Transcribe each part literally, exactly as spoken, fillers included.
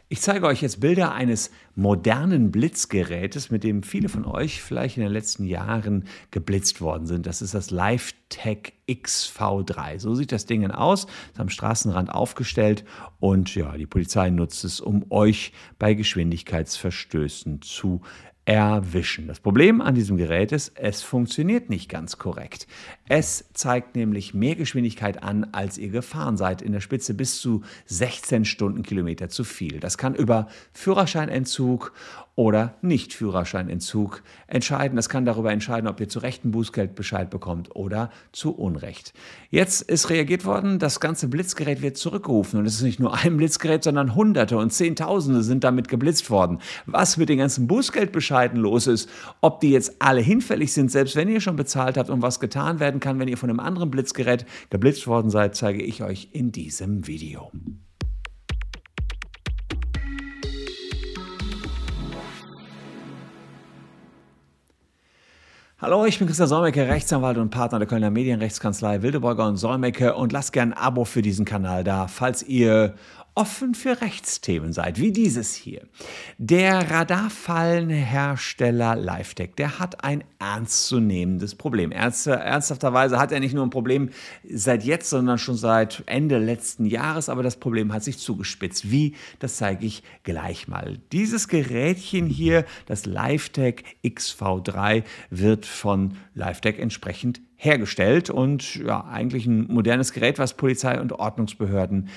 Ich zeige euch jetzt Bilder eines modernen Blitzgerätes, mit dem viele von euch vielleicht in den letzten Jahren geblitzt worden sind. Das ist das LifeTech X V drei. So sieht das Ding aus, ist am Straßenrand aufgestellt und ja, die Polizei nutzt es, um euch bei Geschwindigkeitsverstößen zu erwischen. Das Problem an diesem Gerät ist, es funktioniert nicht ganz korrekt. Es zeigt nämlich mehr Geschwindigkeit an, als ihr gefahren seid. In der Spitze bis zu sechzehn Stundenkilometer zu viel. Das kann über Führerscheinentzug oder Nicht-Führerscheinentzug entscheiden. Das kann darüber entscheiden, ob ihr zu Recht ein Bußgeldbescheid bekommt oder zu Unrecht. Jetzt ist reagiert worden, das ganze Blitzgerät wird zurückgerufen. Und es ist nicht nur ein Blitzgerät, sondern Hunderte und Zehntausende sind damit geblitzt worden. Was mit den ganzen Bußgeldbescheiden los ist, ob die jetzt alle hinfällig sind, selbst wenn ihr schon bezahlt habt und was getan werden kann, wenn ihr von einem anderen Blitzgerät geblitzt worden seid, zeige ich euch in diesem Video. Hallo, ich bin Christian Solmecke, Rechtsanwalt und Partner der Kölner Medienrechtskanzlei Wildeborger und Solmecke und lasst gerne ein Abo für diesen Kanal da, falls ihr offen für Rechtsthemen seid, wie dieses hier. Der Radarfallenhersteller LifeTech, der hat ein ernstzunehmendes Problem. Ernst, ernsthafterweise hat er nicht nur ein Problem seit jetzt, sondern schon seit Ende letzten Jahres, aber das Problem hat sich zugespitzt. Wie? Das zeige ich gleich mal. Dieses Gerätchen hier, das LifeTech X V drei, wird von LifeTech entsprechend hergestellt und ja, eigentlich ein modernes Gerät, was Polizei und Ordnungsbehörden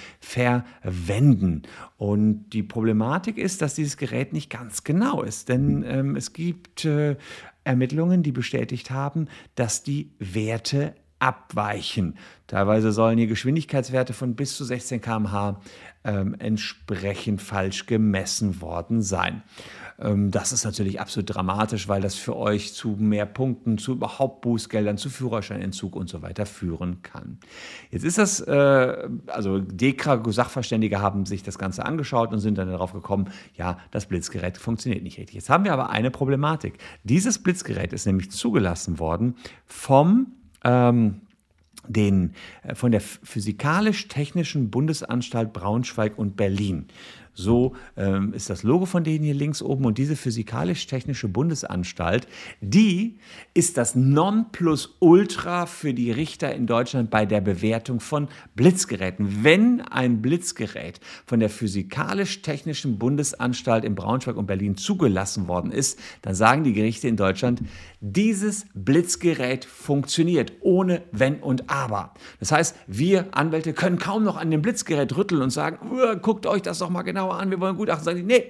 verwenden. Und die Problematik ist, dass dieses Gerät nicht ganz genau ist, denn ähm, es gibt äh, Ermittlungen, die bestätigt haben, dass die Werte abweichen. Teilweise sollen hier Geschwindigkeitswerte von bis zu sechzehn Kilometer pro Stunde ähm, entsprechend falsch gemessen worden sein. Ähm, das ist natürlich absolut dramatisch, weil das für euch zu mehr Punkten, zu überhaupt Bußgeldern, zu Führerscheinentzug und so weiter führen kann. Jetzt ist das, äh, also DEKRA-Sachverständige haben sich das Ganze angeschaut und sind dann darauf gekommen, ja, das Blitzgerät funktioniert nicht richtig. Jetzt haben wir aber eine Problematik. Dieses Blitzgerät ist nämlich zugelassen worden vom ähm, Den, von der Physikalisch-Technischen Bundesanstalt Braunschweig und Berlin. So ähm, ist das Logo von denen hier links oben. Und diese Physikalisch-Technische Bundesanstalt, die ist das Nonplusultra für die Richter in Deutschland bei der Bewertung von Blitzgeräten. Wenn ein Blitzgerät von der Physikalisch-Technischen Bundesanstalt in Braunschweig und Berlin zugelassen worden ist, dann sagen die Gerichte in Deutschland, dieses Blitzgerät funktioniert ohne Wenn und Aber. Das heißt, wir Anwälte können kaum noch an dem Blitzgerät rütteln und sagen, guckt euch das doch mal genauer an, wir wollen Gutachten. Sagen die, nee,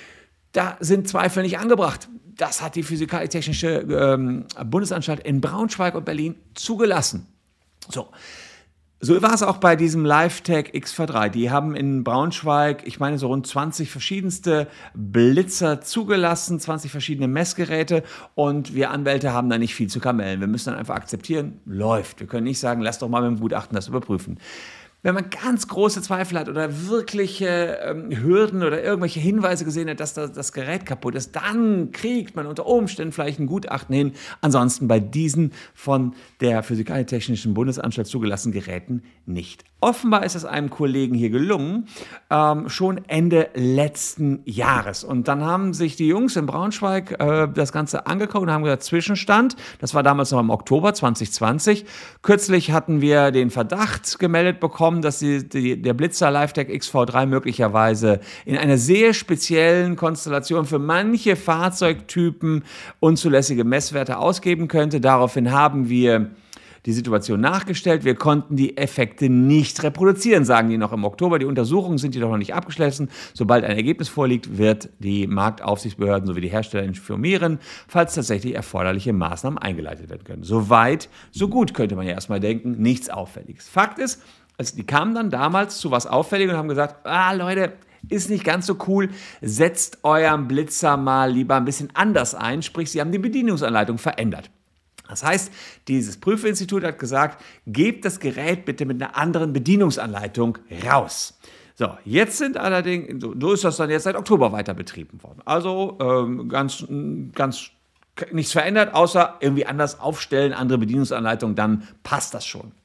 da sind Zweifel nicht angebracht. Das hat die Physikalisch-Technische ähm, Bundesanstalt in Braunschweig und Berlin zugelassen. So. So war es auch bei diesem LifeTech X V drei. Die haben in Braunschweig, ich meine, so rund zwanzig verschiedenste Blitzer zugelassen, zwanzig verschiedene Messgeräte und wir Anwälte haben da nicht viel zu kamellen. Wir müssen dann einfach akzeptieren, läuft. Wir können nicht sagen, lass doch mal mit dem Gutachten das überprüfen. Wenn man ganz große Zweifel hat oder wirkliche ähm, Hürden oder irgendwelche Hinweise gesehen hat, dass das, das Gerät kaputt ist, dann kriegt man unter Umständen vielleicht ein Gutachten hin. Ansonsten bei diesen von der Physikalisch-Technischen Bundesanstalt zugelassenen Geräten nicht. Offenbar ist es einem Kollegen hier gelungen, ähm, schon Ende letzten Jahres. Und dann haben sich die Jungs in Braunschweig äh, das Ganze angeguckt und haben gesagt, Zwischenstand, das war damals noch im Oktober zwanzig zwanzig. Kürzlich hatten wir den Verdacht gemeldet bekommen, dass die, die, der Blitzer LifeTech X V drei möglicherweise in einer sehr speziellen Konstellation für manche Fahrzeugtypen unzulässige Messwerte ausgeben könnte. Daraufhin haben wir die Situation nachgestellt. Wir konnten die Effekte nicht reproduzieren, sagen die noch im Oktober. Die Untersuchungen sind jedoch noch nicht abgeschlossen. Sobald ein Ergebnis vorliegt, wird die Marktaufsichtsbehörden sowie die Hersteller informieren, falls tatsächlich erforderliche Maßnahmen eingeleitet werden können. Soweit, so gut, könnte man ja erstmal denken. Nichts Auffälliges. Fakt ist, also die kamen dann damals zu was Auffälligem und haben gesagt, ah Leute, ist nicht ganz so cool, setzt euren Blitzer mal lieber ein bisschen anders ein, sprich, sie haben die Bedienungsanleitung verändert. Das heißt, dieses Prüfinstitut hat gesagt, gebt das Gerät bitte mit einer anderen Bedienungsanleitung raus. So, jetzt sind allerdings, so ist das dann jetzt seit Oktober weiter betrieben worden. Also ähm, ganz, ganz nichts verändert, außer irgendwie anders aufstellen, andere Bedienungsanleitung, dann passt das schon.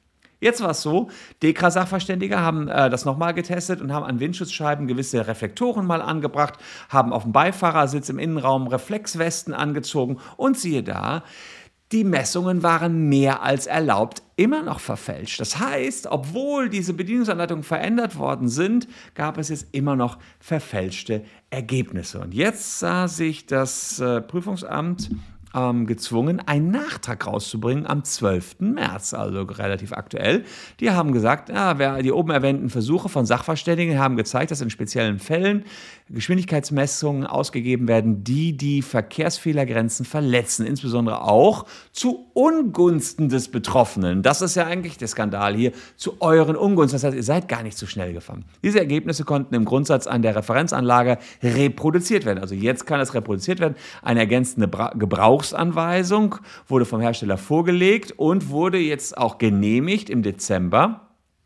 Jetzt war es so, DEKRA-Sachverständige haben äh, das nochmal getestet und haben an Windschutzscheiben gewisse Reflektoren mal angebracht, haben auf dem Beifahrersitz im Innenraum Reflexwesten angezogen und siehe da, die Messungen waren mehr als erlaubt immer noch verfälscht. Das heißt, obwohl diese Bedienungsanleitungen verändert worden sind, gab es jetzt immer noch verfälschte Ergebnisse. Und jetzt sah sich das äh, Prüfungsamt ähm, gezwungen, einen Nachtrag rauszubringen am zwölften März, also relativ aktuell. Die haben gesagt, ja, wer die oben erwähnten Versuche von Sachverständigen haben gezeigt, dass in speziellen Fällen Geschwindigkeitsmessungen ausgegeben werden, die die Verkehrsfehlergrenzen verletzen, insbesondere auch zu Ungunsten des Betroffenen. Das ist ja eigentlich der Skandal hier, zu euren Ungunsten. Das heißt, ihr seid gar nicht zu schnell gefahren. Diese Ergebnisse konnten im Grundsatz an der Referenzanlage reproduziert werden. Also jetzt kann es reproduziert werden. Eine ergänzende Bra- Gebrauchsanweisung wurde vom Hersteller vorgelegt und wurde jetzt auch genehmigt im Dezember.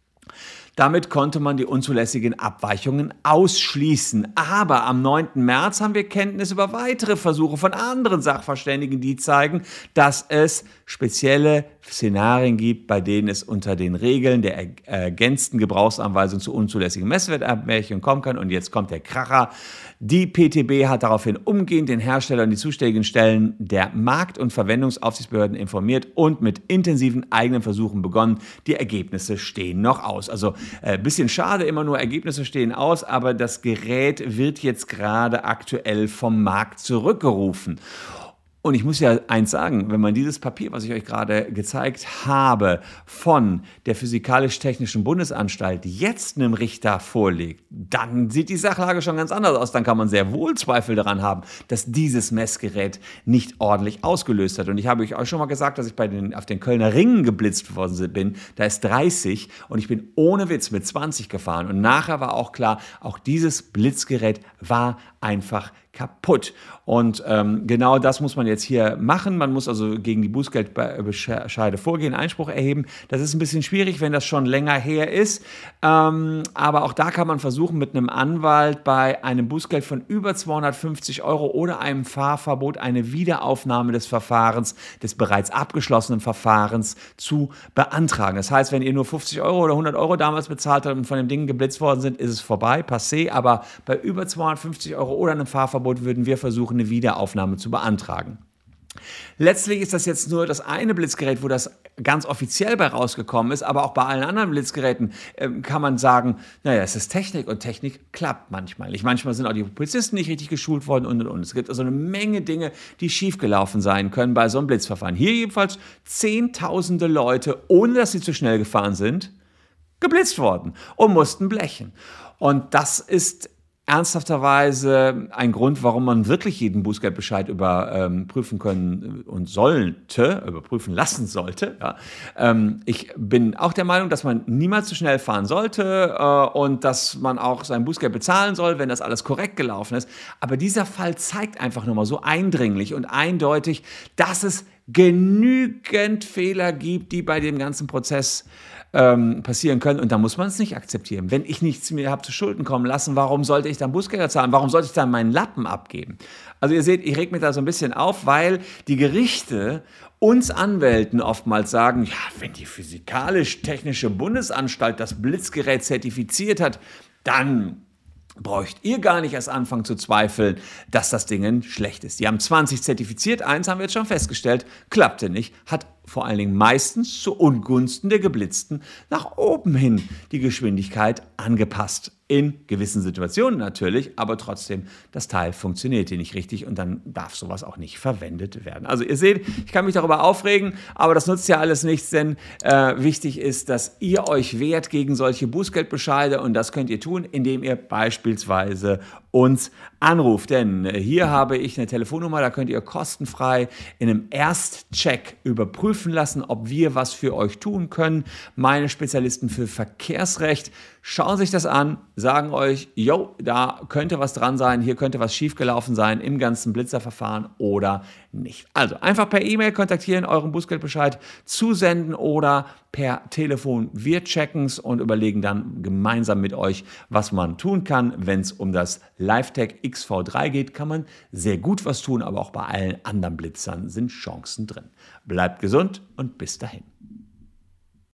Damit konnte man die unzulässigen Abweichungen ausschließen. Aber am neunten März haben wir Kenntnis über weitere Versuche von anderen Sachverständigen, die zeigen, dass es spezielle Szenarien gibt, bei denen es unter den Regeln der ergänzten Gebrauchsanweisung zu unzulässigen Messwertabweichungen kommen kann. Und jetzt kommt der Kracher. Die P T B hat daraufhin umgehend den Hersteller und die zuständigen Stellen der Markt- und Verwendungsaufsichtsbehörden informiert und mit intensiven eigenen Versuchen begonnen. Die Ergebnisse stehen noch aus. Also ein äh, bisschen schade, immer nur Ergebnisse stehen aus, aber das Gerät wird jetzt gerade aktuell vom Markt zurückgerufen. Und ich muss ja eins sagen, wenn man dieses Papier, was ich euch gerade gezeigt habe, von der Physikalisch-Technischen Bundesanstalt jetzt einem Richter vorlegt, dann sieht die Sachlage schon ganz anders aus. Dann kann man sehr wohl Zweifel daran haben, dass dieses Messgerät nicht ordentlich ausgelöst hat. Und ich habe euch schon mal gesagt, dass ich bei den, auf den Kölner Ringen geblitzt worden bin. Da ist dreißig und ich bin ohne Witz mit zwanzig gefahren. Und nachher war auch klar, auch dieses Blitzgerät war einfach kaputt. Und ähm, genau das muss man jetzt hier machen. Man muss also gegen die Bußgeldbescheide vorgehen, Einspruch erheben. Das ist ein bisschen schwierig, wenn das schon länger her ist. Ähm, aber auch da kann man versuchen, mit einem Anwalt bei einem Bußgeld von über zweihundertfünfzig Euro oder einem Fahrverbot eine Wiederaufnahme des Verfahrens, des bereits abgeschlossenen Verfahrens zu beantragen. Das heißt, wenn ihr nur fünfzig Euro oder hundert Euro damals bezahlt habt und von dem Ding geblitzt worden sind, ist es vorbei, passé. Aber bei über zweihundertfünfzig Euro oder einem Fahrverbot würden wir versuchen, eine Wiederaufnahme zu beantragen. Letztlich ist das jetzt nur das eine Blitzgerät, wo das ganz offiziell bei rausgekommen ist, aber auch bei allen anderen Blitzgeräten äh, kann man sagen, naja, es ist Technik und Technik klappt manchmal nicht. Manchmal sind auch die Polizisten nicht richtig geschult worden und und und. Es gibt also eine Menge Dinge, die schiefgelaufen sein können bei so einem Blitzverfahren. Hier jedenfalls zehntausende Leute, ohne dass sie zu schnell gefahren sind, geblitzt worden und mussten blechen. Und das ist ernsthafterweise ein Grund, warum man wirklich jeden Bußgeldbescheid überprüfen ähm, können und sollte, überprüfen lassen sollte. Ja. Ähm, ich bin auch der Meinung, dass man niemals zu schnell fahren sollte äh, und dass man auch sein Bußgeld bezahlen soll, wenn das alles korrekt gelaufen ist. Aber dieser Fall zeigt einfach nochmal so eindringlich und eindeutig, dass es genügend Fehler gibt, die bei dem ganzen Prozess ähm, passieren können. Und da muss man es nicht akzeptieren. Wenn ich nichts mir habe zu Schulden kommen lassen, warum sollte ich dann Bußgelder zahlen? Warum sollte ich dann meinen Lappen abgeben? Also ihr seht, ich reg mich da so ein bisschen auf, weil die Gerichte uns Anwälten oftmals sagen, ja, wenn die Physikalisch-Technische Bundesanstalt das Blitzgerät zertifiziert hat, dann bräucht ihr gar nicht erst anfangen zu zweifeln, dass das Ding schlecht ist. Die haben zwanzig zertifiziert, eins haben wir jetzt schon festgestellt, klappte nicht, hat vor allen Dingen meistens zu Ungunsten der Geblitzten nach oben hin die Geschwindigkeit angepasst. In gewissen Situationen natürlich, aber trotzdem, das Teil funktioniert hier nicht richtig und dann darf sowas auch nicht verwendet werden. Also ihr seht, ich kann mich darüber aufregen, aber das nutzt ja alles nichts, denn äh, wichtig ist, dass ihr euch wehrt gegen solche Bußgeldbescheide und das könnt ihr tun, indem ihr beispielsweise uns anruft. Denn hier habe ich eine Telefonnummer, da könnt ihr kostenfrei in einem Erstcheck überprüfen lassen, ob wir was für euch tun können. Meine Spezialisten für Verkehrsrecht schauen sich das an, sagen euch, jo, da könnte was dran sein, hier könnte was schiefgelaufen sein im ganzen Blitzerverfahren oder nicht. Also einfach per E-Mail kontaktieren, euren Bußgeldbescheid zusenden oder per Telefon. Wir checken es und überlegen dann gemeinsam mit euch, was man tun kann. Wenn es um das LiveTech X V drei geht, kann man sehr gut was tun, aber auch bei allen anderen Blitzern sind Chancen drin. Bleibt gesund und bis dahin.